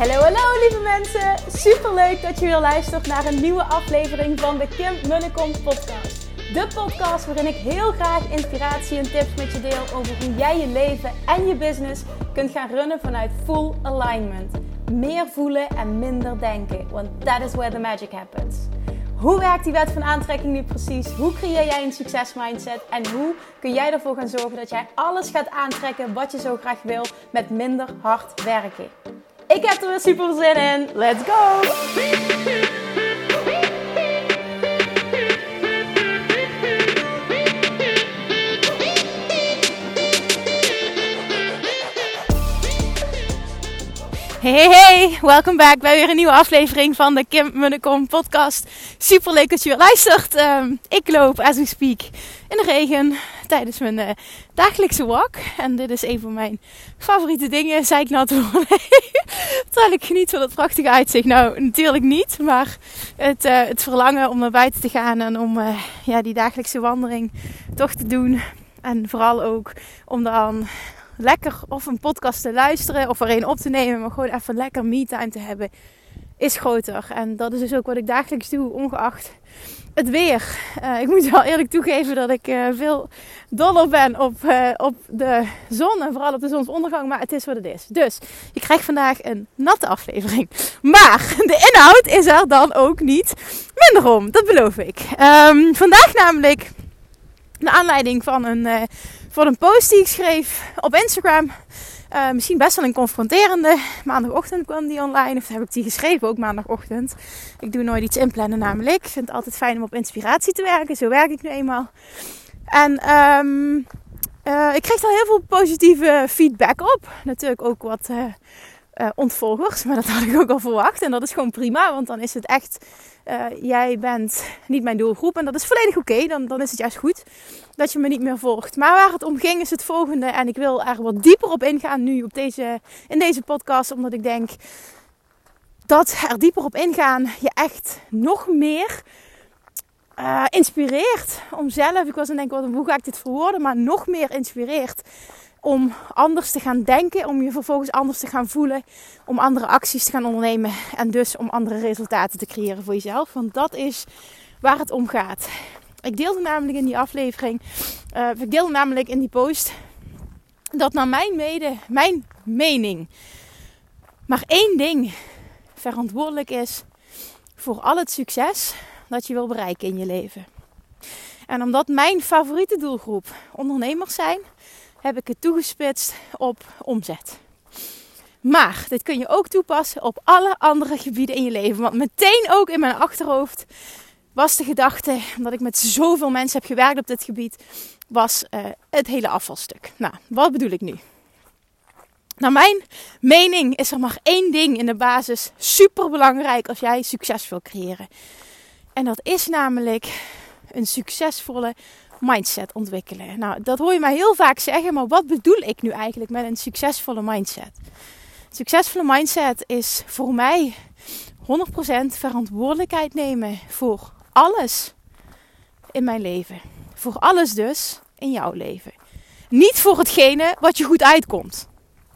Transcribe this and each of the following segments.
Hallo, hallo lieve mensen. Superleuk dat je weer luistert naar een nieuwe aflevering van de Kim Munnekom podcast. De podcast waarin ik heel graag inspiratie en tips met je deel over hoe jij je leven en je business kunt gaan runnen vanuit full alignment. Meer voelen en minder denken, want that is where the magic happens. Hoe werkt die wet van aantrekking nu precies? Hoe creëer jij een succesmindset? En hoe kun jij ervoor gaan zorgen dat jij alles gaat aantrekken wat je zo graag wil met minder hard werken? Ik heb er weer super zin in. Let's go! Hey, welkom back bij weer een nieuwe aflevering van de Kim Munnekom podcast. Super leuk dat je weer luistert. Ik loop as we speak in de regen tijdens mijn dagelijkse walk. En dit is een van mijn favoriete dingen, zeiknat worden. Terwijl ik geniet van het prachtige uitzicht. Nou, natuurlijk niet, maar het verlangen om naar buiten te gaan en om die dagelijkse wandeling toch te doen. En vooral ook om dan lekker of een podcast te luisteren of er een op te nemen, maar gewoon even lekker me-time te hebben, is groter. En dat is dus ook wat ik dagelijks doe, ongeacht het weer. Ik moet wel eerlijk toegeven dat ik veel doller ben op de zon en vooral op de zonsondergang, maar het is wat het is. Dus je krijgt vandaag een natte aflevering. Maar de inhoud is er dan ook niet minder om, dat beloof ik. Vandaag namelijk naar aanleiding van een post die ik schreef op Instagram. Misschien best wel een confronterende. Maandagochtend kwam die online. Of heb ik die geschreven ook maandagochtend. Ik doe nooit iets inplannen namelijk. Ik vind het altijd fijn om op inspiratie te werken. Zo werk ik nu eenmaal. En ik kreeg daar heel veel positieve feedback op. Natuurlijk ook wat ontvolgers. Maar dat had ik ook al verwacht. En dat is gewoon prima. Want dan is het echt... jij bent niet mijn doelgroep. En dat is volledig oké. Dan is het juist goed dat je me niet meer volgt. Maar waar het om ging is het volgende. En ik wil er wat dieper op ingaan nu in deze podcast. Omdat ik denk dat er dieper op ingaan je echt nog meer inspireert. Om zelf, ik was aan het denken, hoe ga ik dit verwoorden? Maar nog meer inspireert om anders te gaan denken. Om je vervolgens anders te gaan voelen. Om andere acties te gaan ondernemen. En dus om andere resultaten te creëren voor jezelf. Want dat is waar het om gaat. Ik deelde namelijk in die aflevering. Ik deelde namelijk in die post. Dat naar mijn mening. Maar één ding verantwoordelijk is. Voor al het succes dat je wil bereiken in je leven. En omdat mijn favoriete doelgroep ondernemers zijn. Heb ik het toegespitst op omzet. Maar dit kun je ook toepassen op alle andere gebieden in je leven. Want meteen ook in mijn achterhoofd was de gedachte, omdat ik met zoveel mensen heb gewerkt op dit gebied, was het hele afvalstuk. Nou, wat bedoel ik nu? Naar mijn mening is er maar één ding in de basis super belangrijk als jij succes wil creëren. En dat is namelijk een succesvolle mindset ontwikkelen. Nou, dat hoor je mij heel vaak zeggen, maar wat bedoel ik nu eigenlijk met een succesvolle mindset? Een succesvolle mindset is voor mij 100% verantwoordelijkheid nemen voor alles in mijn leven. Voor alles dus in jouw leven. Niet voor hetgene wat je goed uitkomt.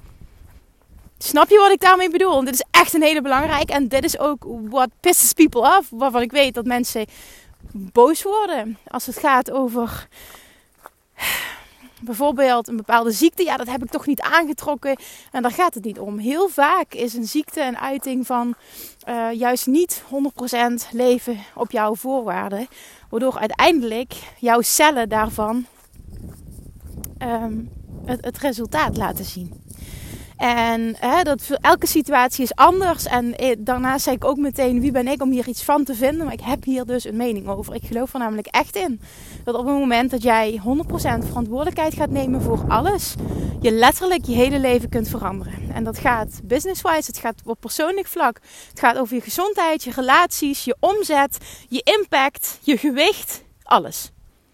Snap je wat ik daarmee bedoel? Dit is echt een hele belangrijke en dit is ook what pisses people off, waarvan ik weet dat mensen boos worden als het gaat over bijvoorbeeld een bepaalde ziekte. Ja, dat heb ik toch niet aangetrokken. En daar gaat het niet om. Heel vaak is een ziekte een uiting van juist niet 100% leven op jouw voorwaarden. Waardoor uiteindelijk jouw cellen daarvan het resultaat laten zien. En elke situatie is anders. En daarnaast zei ik ook meteen, wie ben ik om hier iets van te vinden? Maar ik heb hier dus een mening over. Ik geloof er namelijk echt in. Dat op het moment dat jij 100% verantwoordelijkheid gaat nemen voor alles, je letterlijk je hele leven kunt veranderen. En dat gaat business-wise, het gaat op persoonlijk vlak. Het gaat over je gezondheid, je relaties, je omzet, je impact, je gewicht, alles.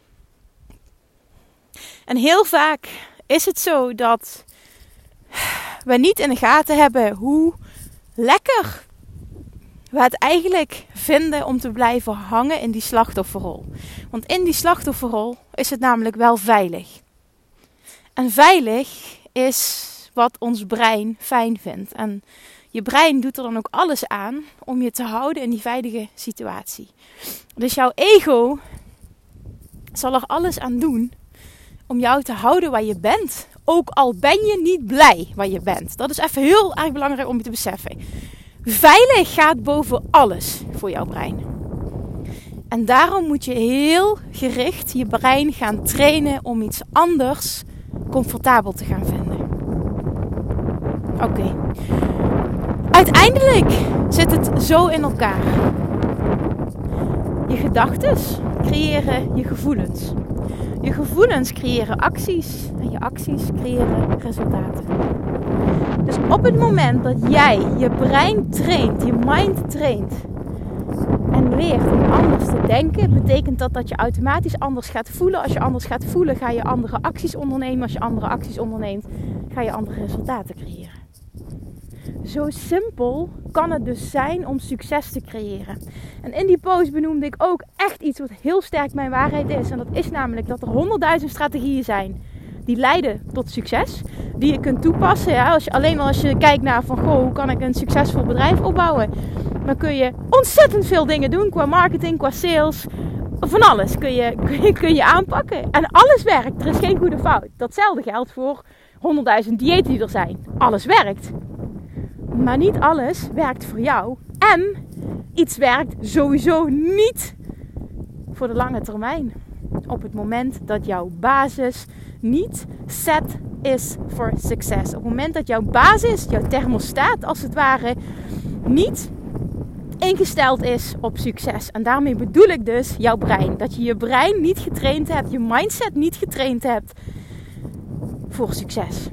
En heel vaak is het zo dat we niet in de gaten hebben hoe lekker we het eigenlijk vinden om te blijven hangen in die slachtofferrol. Want in die slachtofferrol is het namelijk wel veilig. En veilig is wat ons brein fijn vindt. En je brein doet er dan ook alles aan om je te houden in die veilige situatie. Dus jouw ego zal er alles aan doen om jou te houden waar je bent. Ook al ben je niet blij waar je bent. Dat is even heel erg belangrijk om je te beseffen. Veilig gaat boven alles voor jouw brein. En daarom moet je heel gericht je brein gaan trainen om iets anders comfortabel te gaan vinden. Oké. Uiteindelijk zit het zo in elkaar. Je gedachten creëren je gevoelens. Je gevoelens creëren acties en je acties creëren resultaten. Dus op het moment dat jij je brein traint, je mind traint en leert om anders te denken, betekent dat je automatisch anders gaat voelen. Als je anders gaat voelen, ga je andere acties ondernemen. Als je andere acties onderneemt, ga je andere resultaten creëren. Zo simpel kan het dus zijn om succes te creëren. En in die post benoemde ik ook echt iets wat heel sterk mijn waarheid is. En dat is namelijk dat er 100.000 strategieën zijn die leiden tot succes. Die je kunt toepassen. Ja? Als je kijkt naar van, hoe kan ik een succesvol bedrijf opbouwen? Dan kun je ontzettend veel dingen doen qua marketing, qua sales. Van alles kun je aanpakken. En alles werkt. Er is geen goede fout. Datzelfde geldt voor 100.000 diëten die er zijn. Alles werkt. Maar niet alles werkt voor jou. En iets werkt sowieso niet voor de lange termijn. Op het moment dat jouw basis niet set is voor succes. Op het moment dat jouw basis, jouw thermostaat als het ware, niet ingesteld is op succes. En daarmee bedoel ik dus jouw brein. Dat je je brein niet getraind hebt, je mindset niet getraind hebt voor succes.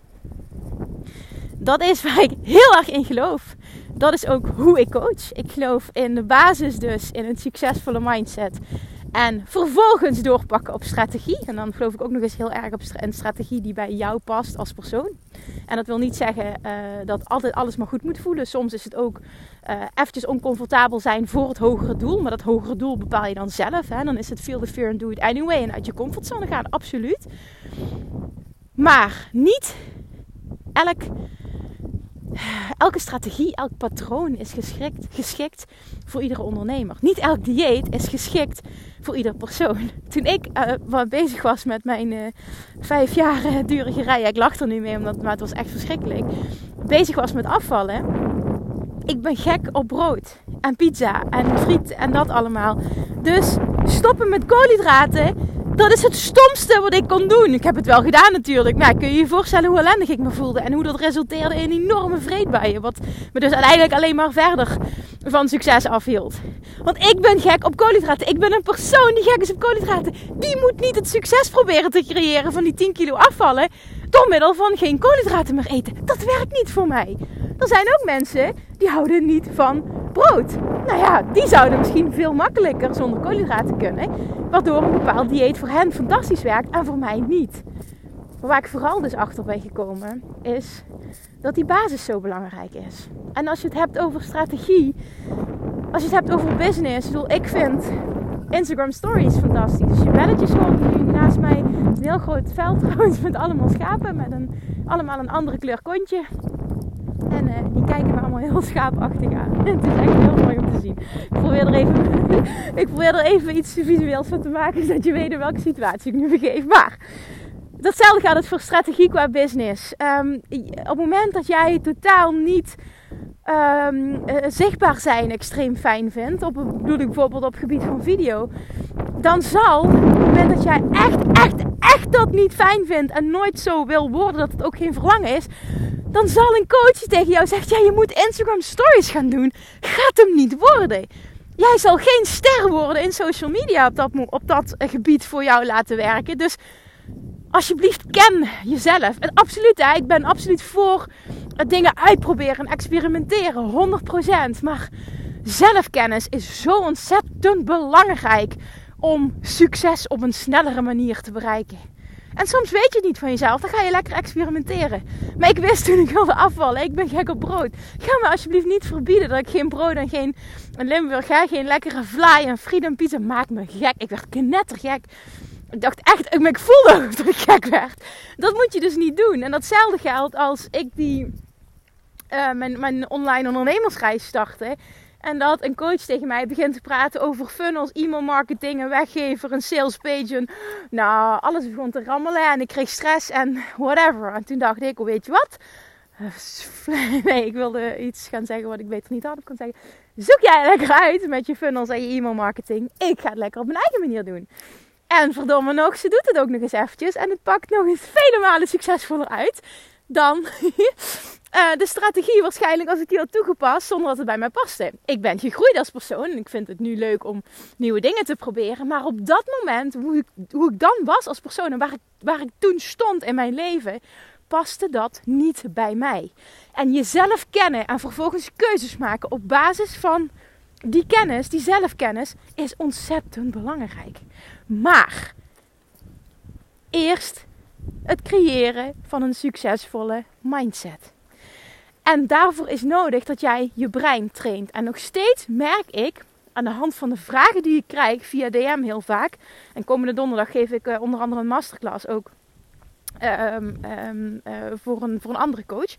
Dat is waar ik heel erg in geloof. Dat is ook hoe ik coach. Ik geloof in de basis dus, in een succesvolle mindset. En vervolgens doorpakken op strategie. En dan geloof ik ook nog eens heel erg op een strategie die bij jou past als persoon. En dat wil niet zeggen dat altijd alles maar goed moet voelen. Soms is het ook eventjes oncomfortabel zijn voor het hogere doel. Maar dat hogere doel bepaal je dan zelf. Hè? Dan is het feel the fear and do it anyway. En uit je comfortzone gaan, absoluut. Maar niet elke strategie, elk patroon is geschikt voor iedere ondernemer. Niet elk dieet is geschikt voor ieder persoon. Toen ik bezig was met mijn 5 jaar durige rij, ik lach er nu mee, maar het was echt verschrikkelijk. Bezig was met afvallen. Ik ben gek op brood en pizza en friet en dat allemaal. Dus stoppen met koolhydraten, dat is het stomste wat ik kon doen. Ik heb het wel gedaan natuurlijk. Maar kun je je voorstellen hoe ellendig ik me voelde. En hoe dat resulteerde in enorme vreedbuien. Wat me dus uiteindelijk alleen maar verder van succes afhield. Want ik ben gek op koolhydraten. Ik ben een persoon die gek is op koolhydraten. Die moet niet het succes proberen te creëren van die 10 kilo afvallen. Door middel van geen koolhydraten meer eten. Dat werkt niet voor mij. Er zijn ook mensen die houden niet van brood. Nou ja, die zouden misschien veel makkelijker zonder koolhydraten kunnen. Waardoor een bepaald dieet voor hen fantastisch werkt en voor mij niet. Maar waar ik vooral dus achter ben gekomen is dat die basis zo belangrijk is. En als je het hebt over strategie, als je het hebt over business, ik vind Instagram stories fantastisch. Dus je belletjes gewoon nu naast mij. Het is een heel groot veld trouwens met allemaal schapen met allemaal een andere kleur kontje. En die kijken me allemaal heel schaapachtig aan. Het is echt heel mooi om te zien. Ik probeer er even iets visueels van te maken, zodat je weet in welke situatie ik nu begeef. Maar datzelfde gaat het voor strategie qua business. Op het moment dat jij totaal niet zichtbaar zijn extreem fijn vindt, bedoel ik bijvoorbeeld op het gebied van video, dan zal, op het moment dat jij echt dat niet fijn vindt en nooit zo wil worden, dat het ook geen verlangen is, dan zal een coach die tegen jou zegt, ja, je moet Instagram stories gaan doen, gaat hem niet worden. Jij zal geen ster worden in social media op dat gebied voor jou laten werken. Dus alsjeblieft, ken jezelf. En absoluut, ik ben absoluut voor dingen uitproberen en experimenteren. 100%. Maar zelfkennis is zo ontzettend belangrijk om succes op een snellere manier te bereiken. En soms weet je het niet van jezelf. Dan ga je lekker experimenteren. Maar ik wist toen ik wilde afvallen. Ik ben gek op brood. Ga me alsjeblieft niet verbieden dat ik geen brood en geen Limburg, geen lekkere vlaai en friet en pizza. Maakt me gek. Ik werd knettergek. Ik dacht echt, ik voelde dat ik gek werd. Dat moet je dus niet doen. En datzelfde geldt als ik die mijn online ondernemersreis startte. En dat een coach tegen mij begint te praten over funnels, e-mail marketing, een weggever, een salespage. Nou, alles begon te rammelen en ik kreeg stress en whatever. En toen dacht ik, weet je wat? Nee, ik wilde iets gaan zeggen wat ik beter niet had. Ik kon zeggen, zoek jij lekker uit met je funnels en je e-mail marketing. Ik ga het lekker op mijn eigen manier doen. En verdomme nog, ze doet het ook nog eens eventjes. En het pakt nog eens vele malen succesvoller uit dan de strategie waarschijnlijk als ik die had toegepast zonder dat het bij mij paste. Ik ben gegroeid als persoon en ik vind het nu leuk om nieuwe dingen te proberen. Maar op dat moment, hoe ik dan was als persoon en waar ik toen stond in mijn leven, paste dat niet bij mij. En jezelf kennen en vervolgens keuzes maken op basis van die kennis, die zelfkennis, is ontzettend belangrijk. Maar eerst het creëren van een succesvolle mindset. En daarvoor is nodig dat jij je brein traint. En nog steeds merk ik aan de hand van de vragen die ik krijg via DM heel vaak. En komende donderdag geef ik onder andere een masterclass ook voor een andere coach.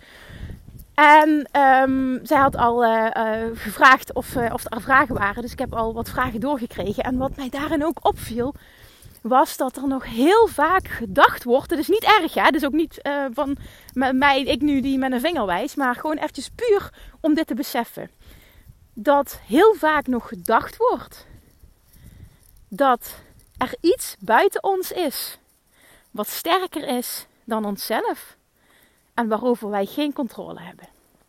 En zij had al gevraagd of er vragen waren. Dus ik heb al wat vragen doorgekregen. En wat mij daarin ook opviel, was dat er nog heel vaak gedacht wordt. Het is niet erg, hè? Het is ook niet van mij, ik nu die met een vinger wijs. Maar gewoon eventjes puur om dit te beseffen. Dat heel vaak nog gedacht wordt dat er iets buiten ons is wat sterker is dan onszelf. En waarover wij geen controle hebben.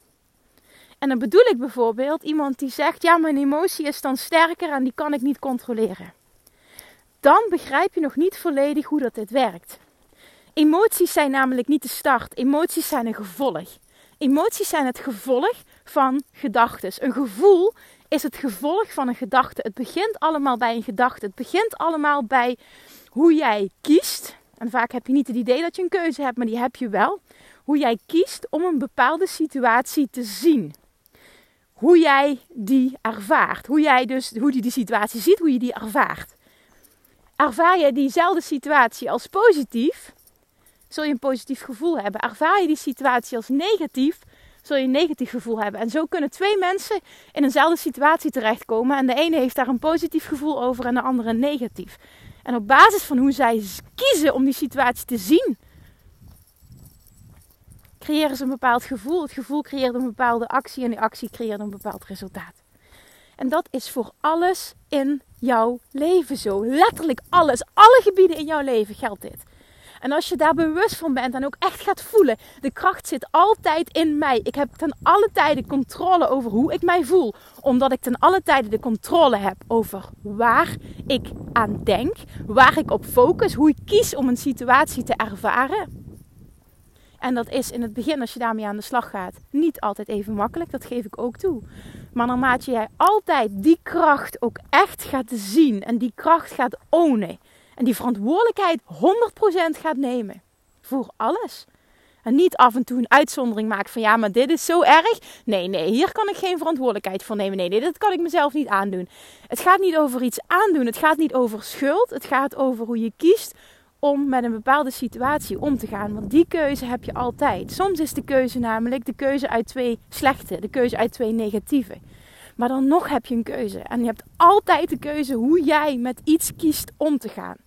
En dan bedoel ik bijvoorbeeld iemand die zegt, ja, mijn emotie is dan sterker en die kan ik niet controleren. Dan begrijp je nog niet volledig hoe dit werkt. Emoties zijn namelijk niet de start. Emoties zijn een gevolg. Emoties zijn het gevolg van gedachten. Een gevoel is het gevolg van een gedachte. Het begint allemaal bij een gedachte. Het begint allemaal bij hoe jij kiest. En vaak heb je niet het idee dat je een keuze hebt, maar die heb je wel. Hoe jij kiest om een bepaalde situatie te zien. Hoe jij die ervaart. Hoe je die situatie ziet, hoe je die ervaart. Ervaar je diezelfde situatie als positief, zul je een positief gevoel hebben. Ervaar je die situatie als negatief, zul je een negatief gevoel hebben. En zo kunnen twee mensen in eenzelfde situatie terechtkomen. En de ene heeft daar een positief gevoel over en de andere een negatief. En op basis van hoe zij kiezen om die situatie te zien, creëren ze een bepaald gevoel. Het gevoel creëert een bepaalde actie en die actie creëert een bepaald resultaat. En dat is voor alles in jouw leven zo. Letterlijk alles. Alle gebieden in jouw leven geldt dit. En als je daar bewust van bent en ook echt gaat voelen, de kracht zit altijd in mij. Ik heb ten alle tijde controle over hoe ik mij voel. Omdat ik ten alle tijde de controle heb over waar ik aan denk. Waar ik op focus. Hoe ik kies om een situatie te ervaren. En dat is in het begin, als je daarmee aan de slag gaat, niet altijd even makkelijk. Dat geef ik ook toe. Maar naarmate jij altijd die kracht ook echt gaat zien. En die kracht gaat ownen. En die verantwoordelijkheid 100% gaat nemen. Voor alles. En niet af en toe een uitzondering maken van ja, maar dit is zo erg. Nee, hier kan ik geen verantwoordelijkheid voor nemen. Nee, dat kan ik mezelf niet aandoen. Het gaat niet over iets aandoen. Het gaat niet over schuld. Het gaat over hoe je kiest om met een bepaalde situatie om te gaan. Want die keuze heb je altijd. Soms is de keuze namelijk de keuze uit twee slechte. De keuze uit twee negatieve. Maar dan nog heb je een keuze. En je hebt altijd de keuze hoe jij met iets kiest om te gaan.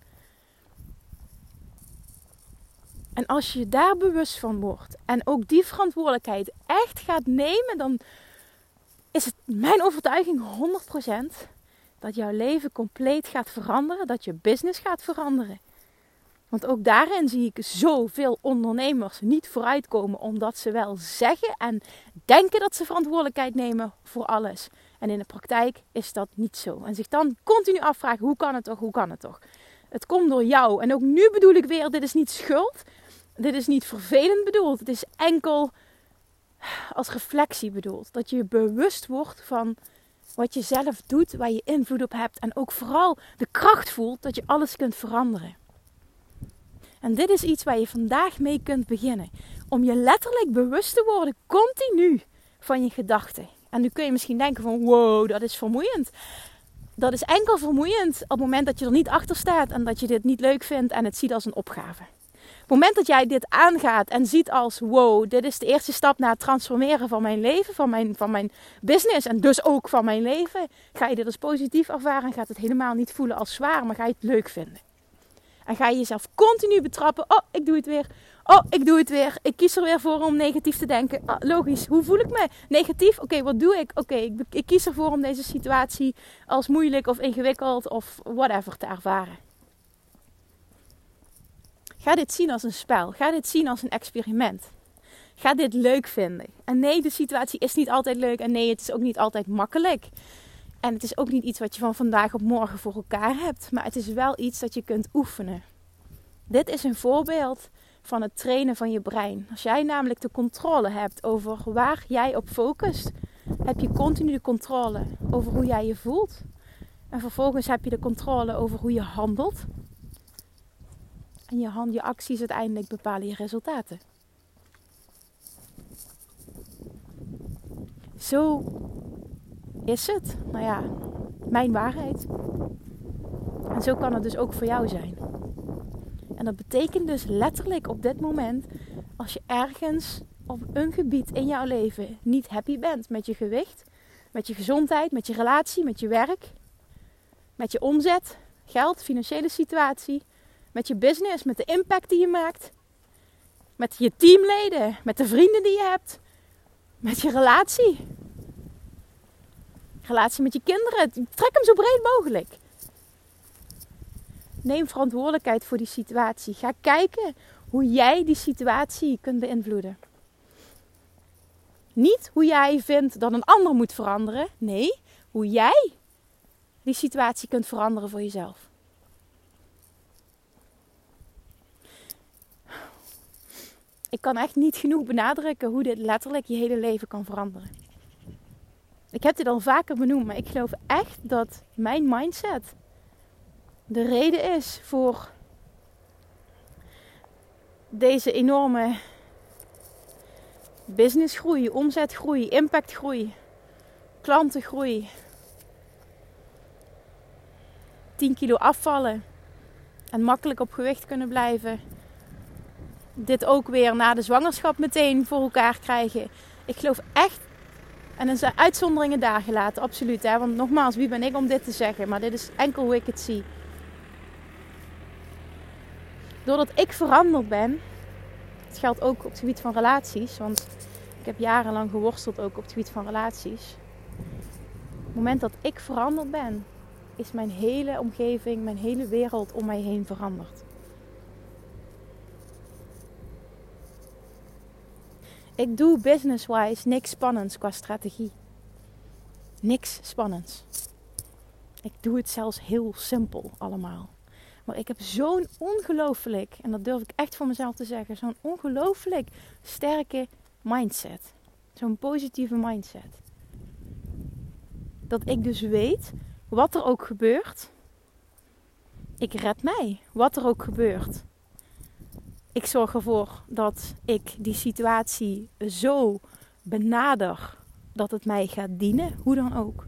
En als je daar bewust van wordt en ook die verantwoordelijkheid echt gaat nemen, dan is het mijn overtuiging 100% dat jouw leven compleet gaat veranderen, dat je business gaat veranderen. Want ook daarin zie ik zoveel ondernemers niet vooruitkomen omdat ze wel zeggen en denken dat ze verantwoordelijkheid nemen voor alles. En in de praktijk is dat niet zo. En zich dan continu afvragen, hoe kan het toch? Het komt door jou. En ook nu bedoel ik weer, dit is niet schuld. Dit is niet vervelend bedoeld. Het is enkel als reflectie bedoeld. Dat je bewust wordt van wat je zelf doet, waar je invloed op hebt. En ook vooral de kracht voelt dat je alles kunt veranderen. En dit is iets waar je vandaag mee kunt beginnen. Om je letterlijk bewust te worden, continu, van je gedachten. En nu kun je misschien denken van, wow, dat is vermoeiend. Dat is enkel vermoeiend op het moment dat je er niet achter staat. En dat je dit niet leuk vindt en het ziet als een opgave. het moment dat jij dit aangaat en ziet als wow, dit is de eerste stap naar het transformeren van mijn leven, van mijn business en dus ook van mijn leven, ga je dit als positief ervaren en gaat het helemaal niet voelen als zwaar, maar ga je het leuk vinden. En ga je jezelf continu betrappen, oh ik doe het weer, oh ik doe het weer, ik kies er weer voor om negatief te denken. Oh, logisch, hoe voel ik me? Negatief? Oké, wat doe ik? Oké, ik kies ervoor om deze situatie als moeilijk of ingewikkeld of whatever te ervaren. Ga dit zien als een spel. Ga dit zien als een experiment. Ga dit leuk vinden. En nee, de situatie is niet altijd leuk. En nee, het is ook niet altijd makkelijk. En het is ook niet iets wat je van vandaag op morgen voor elkaar hebt. Maar het is wel iets dat je kunt oefenen. Dit is een voorbeeld van het trainen van je brein. Als jij namelijk de controle hebt over waar jij op focust, heb je continu de controle over hoe jij je voelt. En vervolgens heb je de controle over hoe je handelt. En je acties uiteindelijk bepalen je resultaten. Zo is het. Nou ja, mijn waarheid. En zo kan het dus ook voor jou zijn. En dat betekent dus letterlijk op dit moment, als je ergens op een gebied in jouw leven niet happy bent met je gewicht, met je gezondheid, met je relatie, met je werk, met je omzet, geld, financiële situatie, met je business, met de impact die je maakt, met je teamleden, met de vrienden die je hebt, met je relatie met je kinderen. Trek hem zo breed mogelijk. Neem verantwoordelijkheid voor die situatie. Ga kijken hoe jij die situatie kunt beïnvloeden. Niet hoe jij vindt dat een ander moet veranderen. Nee, hoe jij die situatie kunt veranderen voor jezelf. Ik kan echt niet genoeg benadrukken hoe dit letterlijk je hele leven kan veranderen. Ik heb dit al vaker benoemd, maar ik geloof echt dat mijn mindset de reden is voor deze enorme businessgroei, omzetgroei, impactgroei, klantengroei, 10 kilo afvallen en makkelijk op gewicht kunnen blijven. Dit ook weer na de zwangerschap meteen voor elkaar krijgen. Ik geloof echt, en er zijn uitzonderingen daar gelaten, absoluut. Hè? Want nogmaals, wie ben ik om dit te zeggen? Maar dit is enkel hoe ik het zie. Doordat ik veranderd ben, het geldt ook op het gebied van relaties, want ik heb jarenlang geworsteld ook op het gebied van relaties. Op het moment dat ik veranderd ben, is mijn hele omgeving, mijn hele wereld om mij heen veranderd. Ik doe business-wise niks spannends qua strategie. Niks spannends. Ik doe het zelfs heel simpel allemaal. Maar ik heb zo'n ongelooflijk, en dat durf ik echt voor mezelf te zeggen, zo'n ongelooflijk sterke mindset. Zo'n positieve mindset. Dat ik dus weet, wat er ook gebeurt, ik red mij. Wat er ook gebeurt. Ik zorg ervoor dat ik die situatie zo benader dat het mij gaat dienen, hoe dan ook.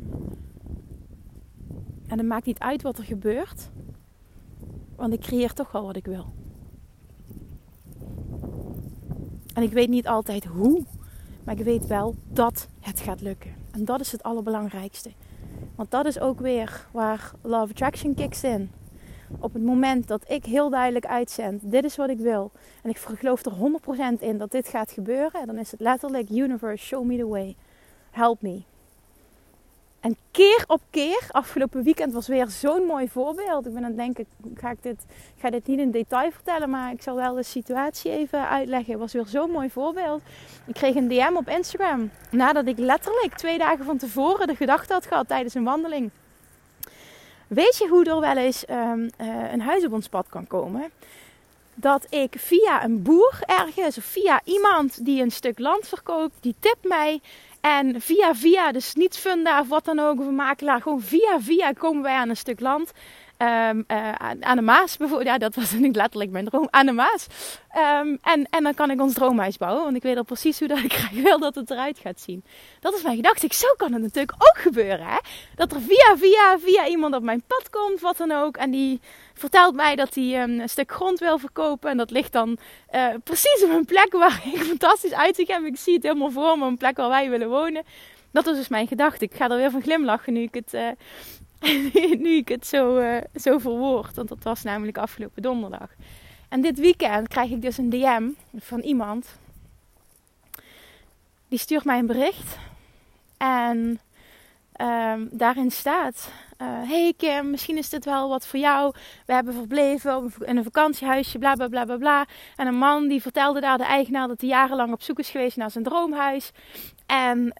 En het maakt niet uit wat er gebeurt, want ik creëer toch wel wat ik wil. En ik weet niet altijd hoe, maar ik weet wel dat het gaat lukken. En dat is het allerbelangrijkste. Want dat is ook weer waar Law of Attraction kicks in. Op het moment dat ik heel duidelijk uitzend, dit is wat ik wil. En ik geloof er 100% in dat dit gaat gebeuren. Dan is het letterlijk, universe, show me the way. Help me. En keer op keer, afgelopen weekend was weer zo'n mooi voorbeeld. Ik ben aan het denken, ik ga dit niet in detail vertellen, maar ik zal wel de situatie even uitleggen. Het was weer zo'n mooi voorbeeld. Ik kreeg een DM op Instagram, nadat ik letterlijk 2 dagen van tevoren de gedachte had gehad tijdens een wandeling. Weet je hoe er wel eens een huis op ons pad kan komen? Dat ik via een boer ergens, of via iemand die een stuk land verkoopt, die tipt mij. En via, dus niet Funda of wat dan ook, of een makelaar, gewoon via komen wij aan een stuk land. aan de Maas bijvoorbeeld. Ja, dat was niet letterlijk mijn droom. Aan de Maas. En dan kan ik ons droomhuis bouwen. Want ik weet al precies hoe dat ik graag wil dat het eruit gaat zien. Dat is mijn gedachte. Zo kan het natuurlijk ook gebeuren. Hè? Dat er via iemand op mijn pad komt. Wat dan ook. En die vertelt mij dat hij een stuk grond wil verkopen. En dat ligt dan precies op een plek waar ik fantastisch uitzicht heb. Ik zie het helemaal voor me. Een plek waar wij willen wonen. Dat is dus mijn gedachte. Ik ga er weer van glimlachen nu ik het zo verwoord. Want dat was namelijk afgelopen donderdag. En dit weekend krijg ik dus een DM van iemand. Die stuurt mij een bericht. En daarin staat... hey Kim, misschien is dit wel wat voor jou. We hebben verbleven in een vakantiehuisje, bla bla bla bla bla. En een man die vertelde daar de eigenaar dat hij jarenlang op zoek is geweest naar zijn droomhuis. En...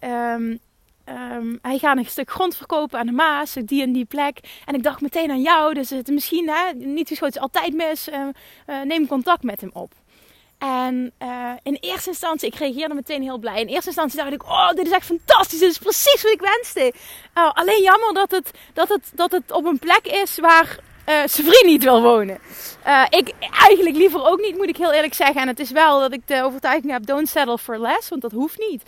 hij gaat een stuk grond verkopen aan de Maas, die en die plek. En ik dacht meteen aan jou, dus het misschien niet geschoten is altijd mis. Neem contact met hem op. En in eerste instantie, ik reageerde meteen heel blij. In eerste instantie dacht ik, oh, dit is echt fantastisch. Dit is precies wat ik wenste. Alleen jammer dat het op een plek is waar zijn vriend niet wil wonen. Ik eigenlijk liever ook niet, moet ik heel eerlijk zeggen. En het is wel dat ik de overtuiging heb, don't settle for less, want dat hoeft niet.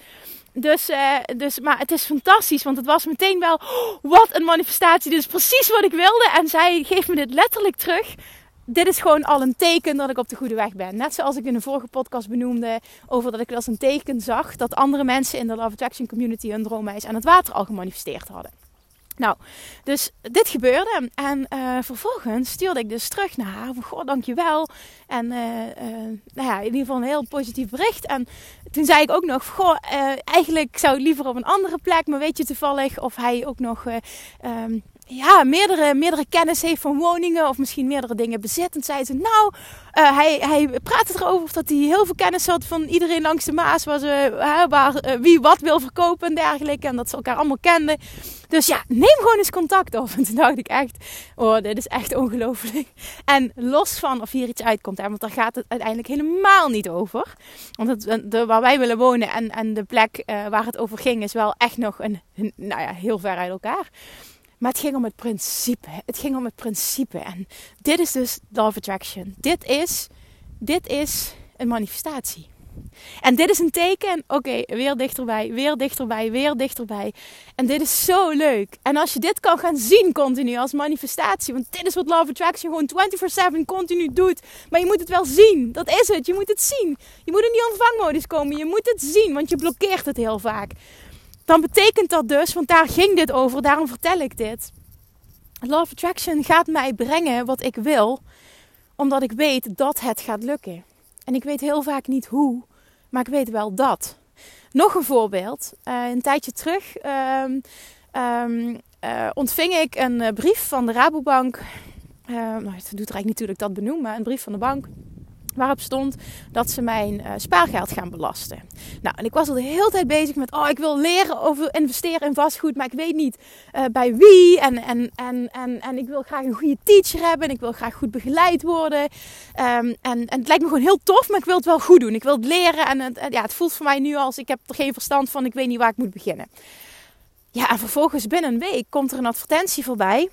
Maar het is fantastisch, want het was meteen wel, wat een manifestatie, dit is precies wat ik wilde. En zij geeft me dit letterlijk terug. Dit is gewoon al een teken dat ik op de goede weg ben. Net zoals ik in de vorige podcast benoemde over dat ik het als een teken zag dat andere mensen in de Love Attraction community hun droomhuis aan het water al gemanifesteerd hadden. Nou, dus dit gebeurde en vervolgens stuurde ik dus terug naar haar van, goh, dankjewel. En in ieder geval een heel positief bericht. En toen zei ik ook nog, goh, eigenlijk zou ik liever op een andere plek, maar weet je toevallig of hij ook nog meerdere kennis heeft van woningen of misschien meerdere dingen bezit. En zei ze, nou, hij praatte erover dat hij heel veel kennis had van iedereen langs de Maas, waar wie wat wil verkopen en dergelijke. En dat ze elkaar allemaal kenden. Dus ja, neem gewoon eens contact op. En toen dacht ik echt, oh, dit is echt ongelooflijk. En los van of hier iets uitkomt, want daar gaat het uiteindelijk helemaal niet over. Want waar wij willen wonen en de plek waar het over ging is wel echt nog heel ver uit elkaar. Maar het ging om het principe. Het ging om het principe. En dit is dus Love Attraction. Dit is een manifestatie. En dit is een teken. Oké, weer dichterbij, weer dichterbij, weer dichterbij. En dit is zo leuk. En als je dit kan gaan zien continu als manifestatie. Want dit is wat Love Attraction gewoon 24/7 continu doet. Maar je moet het wel zien. Dat is het. Je moet het zien. Je moet in die ontvangmodus komen. Je moet het zien. Want je blokkeert het heel vaak. Dan betekent dat dus, want daar ging dit over, daarom vertel ik dit. Love Attraction gaat mij brengen wat ik wil, omdat ik weet dat het gaat lukken. En ik weet heel vaak niet hoe, maar ik weet wel dat. Nog een voorbeeld. Een tijdje terug ontving ik een brief van de Rabobank. Het doet er eigenlijk niet toe dat ik dat benoem, maar een brief van de bank. Waarop stond dat ze mijn spaargeld gaan belasten. Nou, en ik was al de hele tijd bezig met, ik wil leren over investeren in vastgoed, maar ik weet niet bij wie. En ik wil graag een goede teacher hebben en ik wil graag goed begeleid worden. En het lijkt me gewoon heel tof, maar ik wil het wel goed doen. Ik wil het leren en het voelt voor mij nu als, ik heb er geen verstand van, ik weet niet waar ik moet beginnen. Ja, en vervolgens binnen een week komt er een advertentie voorbij.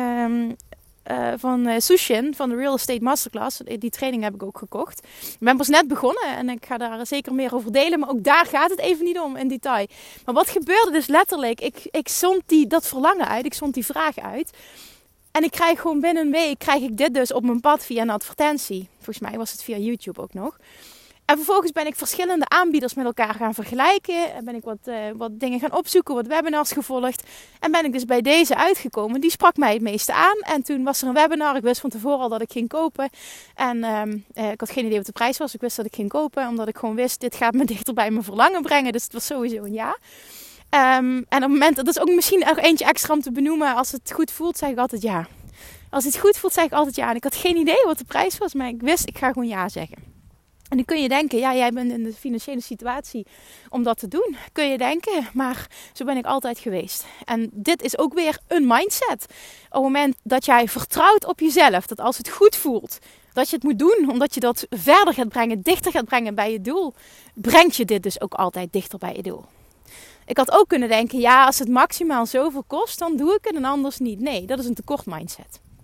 Van Sushin, van de Real Estate Masterclass. Die training heb ik ook gekocht. Ik ben pas net begonnen en ik ga daar zeker meer over delen. Maar ook daar gaat het even niet om in detail. Maar wat gebeurde dus letterlijk? Ik zond dat verlangen uit. Ik zond die vraag uit. En ik krijg gewoon binnen een week krijg ik dit dus op mijn pad via een advertentie. Volgens mij was het via YouTube ook nog. En vervolgens ben ik verschillende aanbieders met elkaar gaan vergelijken. En ben ik wat dingen gaan opzoeken, wat webinars gevolgd. En ben ik dus bij deze uitgekomen. Die sprak mij het meeste aan. En toen was er een webinar. Ik wist van tevoren al dat ik ging kopen. En ik had geen idee wat de prijs was. Ik wist dat ik ging kopen. Omdat ik gewoon wist, dit gaat me dichter bij mijn verlangen brengen. Dus het was sowieso een ja. En op het moment, dat is ook misschien nog eentje extra om te benoemen. Als het goed voelt, zeg ik altijd ja. Als het goed voelt, zeg ik altijd ja. En ik had geen idee wat de prijs was. Maar ik wist, ik ga gewoon ja zeggen. En dan kun je denken, ja, jij bent in de financiële situatie om dat te doen. Kun je denken, maar zo ben ik altijd geweest. En dit is ook weer een mindset. Op het moment dat jij vertrouwt op jezelf, dat als het goed voelt, dat je het moet doen, omdat je dat verder gaat brengen, dichter gaat brengen bij je doel, brengt je dit dus ook altijd dichter bij je doel. Ik had ook kunnen denken, ja, als het maximaal zoveel kost, dan doe ik het en anders niet. Nee, dat is een tekort mindset.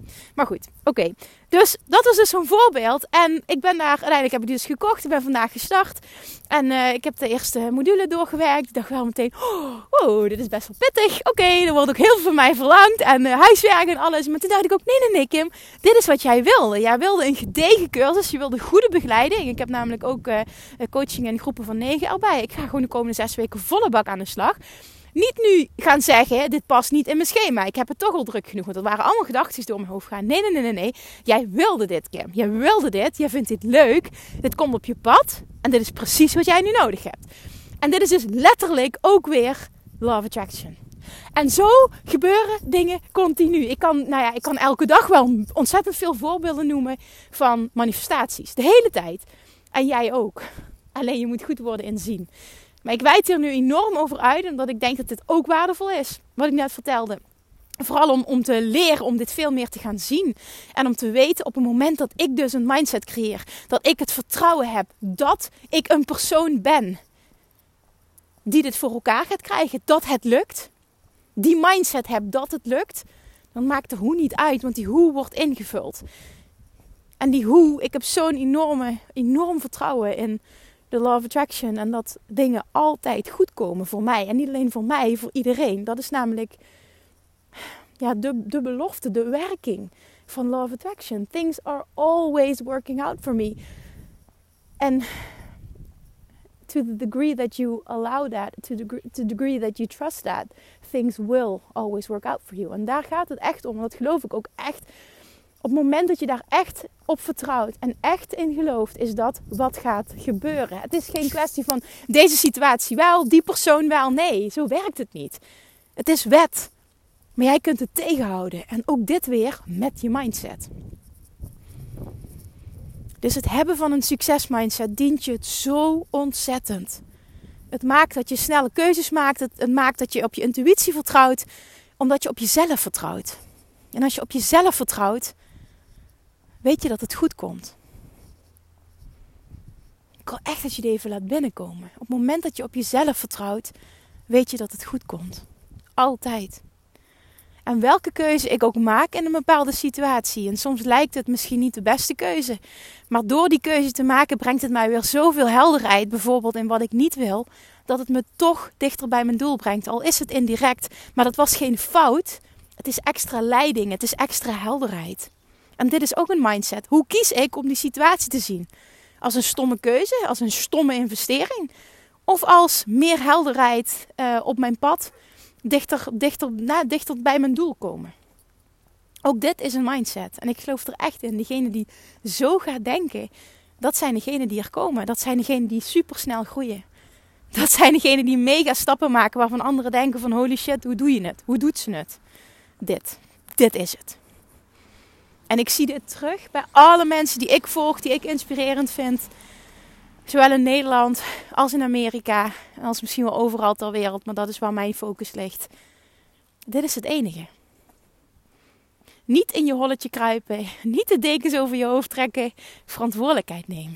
Maar goed, oké. Dus dat was dus zo'n voorbeeld. En uiteindelijk heb ik die dus gekocht. Ik ben vandaag gestart. En ik heb de eerste module doorgewerkt. Ik dacht wel meteen, wow, dit is best wel pittig. Oké, er wordt ook heel veel van mij verlangd. En huiswerk en alles. Maar toen dacht ik ook, nee Kim. Dit is wat jij wilde. Jij wilde een gedegen cursus. Je wilde goede begeleiding. Ik heb namelijk ook coaching in groepen van 9 erbij. Ik ga gewoon de komende 6 weken volle bak aan de slag. Niet nu gaan zeggen, dit past niet in mijn schema. Ik heb het toch al druk genoeg. Want dat waren allemaal gedachten door mijn hoofd gaan. Nee. Jij wilde dit, Kim. Jij wilde dit. Jij vindt dit leuk. Dit komt op je pad. En dit is precies wat jij nu nodig hebt. En dit is dus letterlijk ook weer Law of Attraction. En zo gebeuren dingen continu. Ik kan elke dag wel ontzettend veel voorbeelden noemen van manifestaties. De hele tijd. En jij ook. Alleen je moet goed worden in zien. Maar ik wijd hier nu enorm over uit. Omdat ik denk dat dit ook waardevol is. Wat ik net vertelde. Vooral om te leren om dit veel meer te gaan zien. En om te weten op het moment dat ik dus een mindset creëer. Dat ik het vertrouwen heb dat ik een persoon ben. Die dit voor elkaar gaat krijgen. Dat het lukt. Die mindset heb dat het lukt. Dan maakt de hoe niet uit. Want die hoe wordt ingevuld. En die hoe. Ik heb zo'n enorm vertrouwen in de Law of Attraction. En dat dingen altijd goed komen voor mij. En niet alleen voor mij, voor iedereen. Dat is namelijk de belofte, de werking van Law of Attraction. Things are always working out for me. En to the degree that you allow that, to the degree that you trust that, things will always work out for you. En daar gaat het echt om. En dat geloof ik ook echt. Op het moment dat je daar echt op vertrouwt en echt in gelooft, is dat wat gaat gebeuren. Het is geen kwestie van deze situatie wel, die persoon wel. Nee, zo werkt het niet. Het is wet. Maar jij kunt het tegenhouden. En ook dit weer met je mindset. Dus het hebben van een succesmindset dient je het zo ontzettend. Het maakt dat je snelle keuzes maakt. Het maakt dat je op je intuïtie vertrouwt. Omdat je op jezelf vertrouwt. En als je op jezelf vertrouwt, weet je dat het goed komt. Ik wil echt dat je die even laat binnenkomen. Op het moment dat je op jezelf vertrouwt, weet je dat het goed komt. Altijd. En welke keuze ik ook maak in een bepaalde situatie. En soms lijkt het misschien niet de beste keuze. Maar door die keuze te maken brengt het mij weer zoveel helderheid. Bijvoorbeeld in wat ik niet wil. Dat het me toch dichter bij mijn doel brengt. Al is het indirect. Maar dat was geen fout. Het is extra leiding. Het is extra helderheid. En dit is ook een mindset. Hoe kies ik om die situatie te zien? Als een stomme keuze? Als een stomme investering? Of als meer helderheid op mijn pad? Dichter bij mijn doel komen. Ook dit is een mindset. En ik geloof er echt in. Degene die zo gaat denken, dat zijn degenen die er komen. Dat zijn degenen die supersnel groeien. Dat zijn degenen die mega stappen maken waarvan anderen denken van holy shit, hoe doe je het? Hoe doet ze het? Dit is het. En ik zie dit terug bij alle mensen die ik volg, die ik inspirerend vind. Zowel in Nederland als in Amerika. En als misschien wel overal ter wereld. Maar dat is waar mijn focus ligt. Dit is het enige. Niet in je holletje kruipen. Niet de dekens over je hoofd trekken. Verantwoordelijkheid nemen.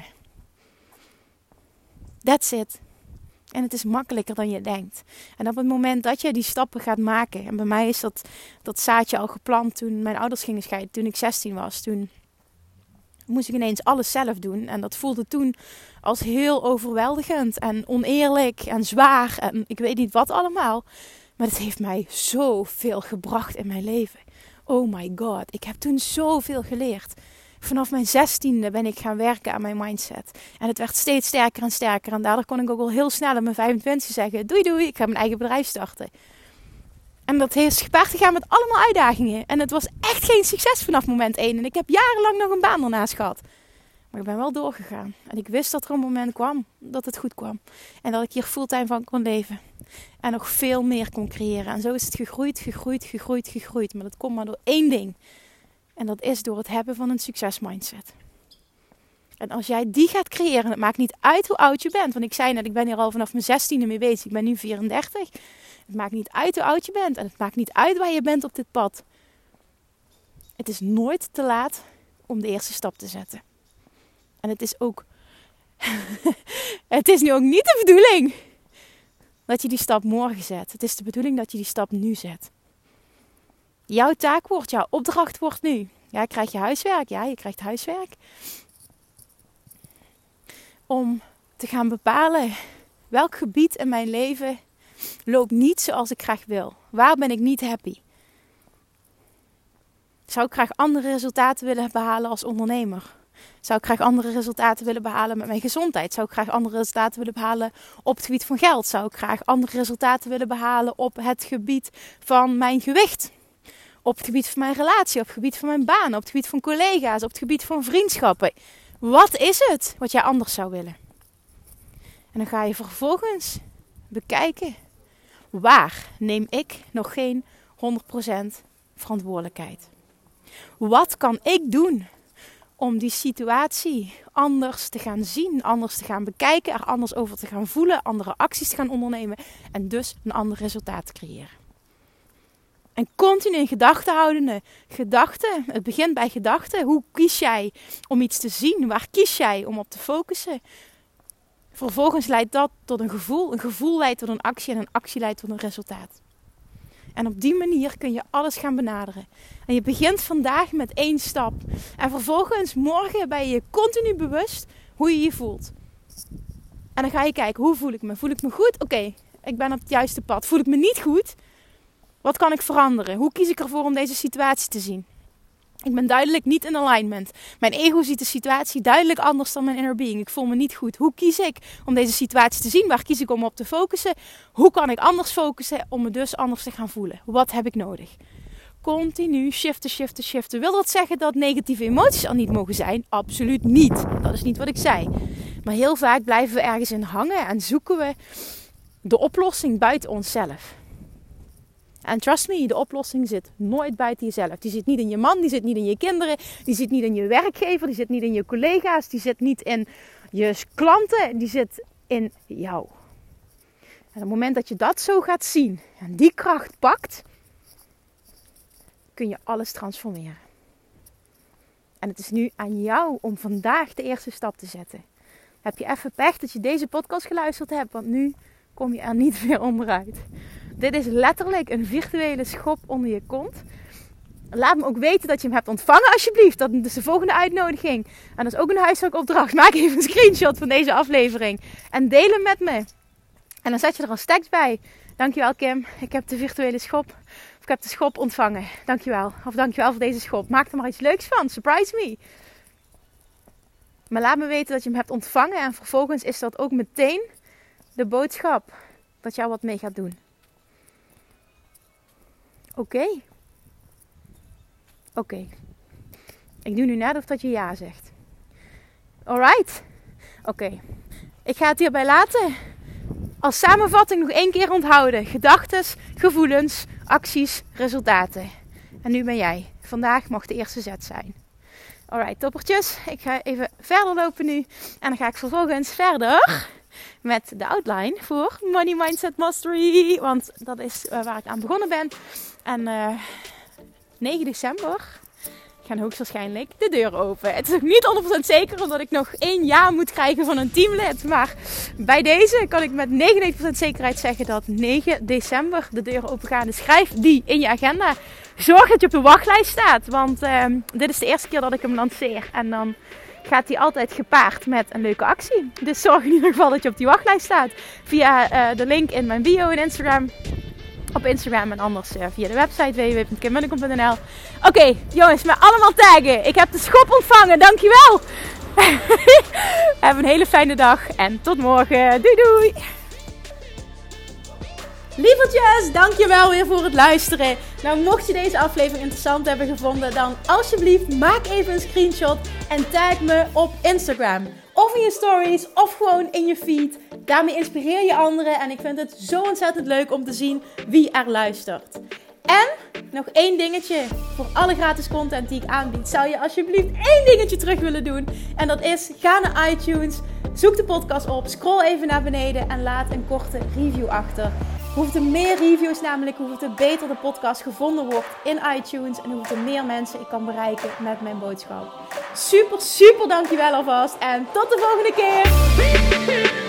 That's it. En het is makkelijker dan je denkt. En op het moment dat je die stappen gaat maken. En bij mij is dat zaadje al geplant toen mijn ouders gingen scheiden. Toen ik 16 was. Toen moest ik ineens alles zelf doen. En dat voelde toen als heel overweldigend. En oneerlijk en zwaar. En ik weet niet wat allemaal. Maar het heeft mij zoveel gebracht in mijn leven. Oh my god. Ik heb toen zoveel geleerd. Vanaf mijn 16e ben ik gaan werken aan mijn mindset. En het werd steeds sterker en sterker. En daardoor kon ik ook al heel snel op mijn 25 zeggen. Doei, ik ga mijn eigen bedrijf starten. En dat heeft gepaard gegaan met allemaal uitdagingen. En het was echt geen succes vanaf moment 1. En ik heb jarenlang nog een baan ernaast gehad. Maar ik ben wel doorgegaan. En ik wist dat er een moment kwam dat het goed kwam. En dat ik hier fulltime van kon leven. En nog veel meer kon creëren. En zo is het gegroeid. Maar dat komt maar door één ding. En dat is door het hebben van een succesmindset. En als jij die gaat creëren, het maakt niet uit hoe oud je bent. Want ik zei net, ik ben hier al vanaf mijn 16e mee bezig. Ik ben nu 34. Het maakt niet uit hoe oud je bent. En het maakt niet uit waar je bent op dit pad. Het is nooit te laat om de eerste stap te zetten. En het is ook... het is nu ook niet de bedoeling dat je die stap morgen zet. Het is de bedoeling dat je die stap nu zet. Jouw taak wordt, jouw opdracht wordt nu. Ja, krijg je huiswerk? Ja, je krijgt huiswerk. Om te gaan bepalen welk gebied in mijn leven loopt niet zoals ik graag wil. Waar ben ik niet happy? Zou ik graag andere resultaten willen behalen als ondernemer? Zou ik graag andere resultaten willen behalen met mijn gezondheid? Zou ik graag andere resultaten willen behalen op het gebied van geld? Zou ik graag andere resultaten willen behalen op het gebied van mijn gewicht? Op het gebied van mijn relatie, op het gebied van mijn baan, op het gebied van collega's, op het gebied van vriendschappen. Wat is het wat jij anders zou willen? En dan ga je vervolgens bekijken, waar neem ik nog geen 100% verantwoordelijkheid? Wat kan ik doen om die situatie anders te gaan zien, anders te gaan bekijken, er anders over te gaan voelen, andere acties te gaan ondernemen en dus een ander resultaat te creëren? En continu in gedachten houdende. Gedachten, het begint bij gedachten. Hoe kies jij om iets te zien? Waar kies jij om op te focussen? Vervolgens leidt dat tot een gevoel. Een gevoel leidt tot een actie en een actie leidt tot een resultaat. En op die manier kun je alles gaan benaderen. En je begint vandaag met 1 stap. En vervolgens morgen ben je je continu bewust hoe je je voelt. En dan ga je kijken, hoe voel ik me? Voel ik me goed? Oké, ik ben op het juiste pad. Voel ik me niet goed? Wat kan ik veranderen? Hoe kies ik ervoor om deze situatie te zien? Ik ben duidelijk niet in alignment. Mijn ego ziet de situatie duidelijk anders dan mijn inner being. Ik voel me niet goed. Hoe kies ik om deze situatie te zien? Waar kies ik om op te focussen? Hoe kan ik anders focussen om me dus anders te gaan voelen? Wat heb ik nodig? Continu shiften. Wil dat zeggen dat negatieve emoties er niet mogen zijn? Absoluut niet. Dat is niet wat ik zei. Maar heel vaak blijven we ergens in hangen en zoeken we de oplossing buiten onszelf. En trust me, de oplossing zit nooit buiten jezelf. Die zit niet in je man, die zit niet in je kinderen, die zit niet in je werkgever, die zit niet in je collega's, die zit niet in je klanten, die zit in jou. En op het moment dat je dat zo gaat zien en die kracht pakt, kun je alles transformeren. En het is nu aan jou om vandaag de eerste stap te zetten. Heb je even pech dat je deze podcast geluisterd hebt, want nu kom je er niet meer onderuit. Dit is letterlijk een virtuele schop onder je kont. Laat me ook weten dat je hem hebt ontvangen alsjeblieft. Dat is de volgende uitnodiging. En dat is ook een huiswerkopdracht. Maak even een screenshot van deze aflevering. En deel hem met me. En dan zet je er als tekst bij. Dankjewel Kim. Ik heb de virtuele schop. Of ik heb de schop ontvangen. Dankjewel. Of dankjewel voor deze schop. Maak er maar iets leuks van. Surprise me. Maar laat me weten dat je hem hebt ontvangen. En vervolgens is dat ook meteen de boodschap. Dat jou wat mee gaat doen. Oké. Ik doe nu net of dat je ja zegt. Alright. Oké. Ik ga het hierbij laten. Als samenvatting nog 1 keer onthouden. Gedachtes, gevoelens, acties, resultaten. En nu ben jij. Vandaag mag de eerste zet zijn. Alright, toppertjes. Ik ga even verder lopen nu. En dan ga ik vervolgens verder met de outline voor Money Mindset Mastery. Want dat is waar ik aan begonnen ben. En 9 december gaan hoogstwaarschijnlijk de deuren open. Het is ook niet 100% zeker, omdat ik nog 1 jaar moet krijgen van een teamlid. Maar bij deze kan ik met 99% zekerheid zeggen dat 9 december de deuren open gaan. Dus schrijf die in je agenda. Zorg dat je op de wachtlijst staat. Want dit is de eerste keer dat ik hem lanceer. En dan gaat die altijd gepaard met een leuke actie. Dus zorg in ieder geval dat je op die wachtlijst staat. Via de link in mijn bio in Instagram. Op Instagram en anders via de website www.kimmunnekom.nl. Oké, jongens, met allemaal taggen. Ik heb de schop ontvangen, dankjewel. Heb een hele fijne dag en tot morgen. Doei doei. Lievertjes, dankjewel weer voor het luisteren. Nou, mocht je deze aflevering interessant hebben gevonden, dan alsjeblieft maak even een screenshot en tag me op Instagram. Of in je stories, of gewoon in je feed. Daarmee inspireer je anderen en ik vind het zo ontzettend leuk om te zien wie er luistert. En nog 1 dingetje voor alle gratis content die ik aanbied. Zou je alsjeblieft 1 dingetje terug willen doen? En dat is, ga naar iTunes, zoek de podcast op, scroll even naar beneden en laat een korte review achter. Hoeveel meer reviews namelijk, hoeveel beter de podcast gevonden wordt in iTunes. En hoeveel meer mensen ik kan bereiken met mijn boodschap. Super dankjewel alvast. En tot de volgende keer.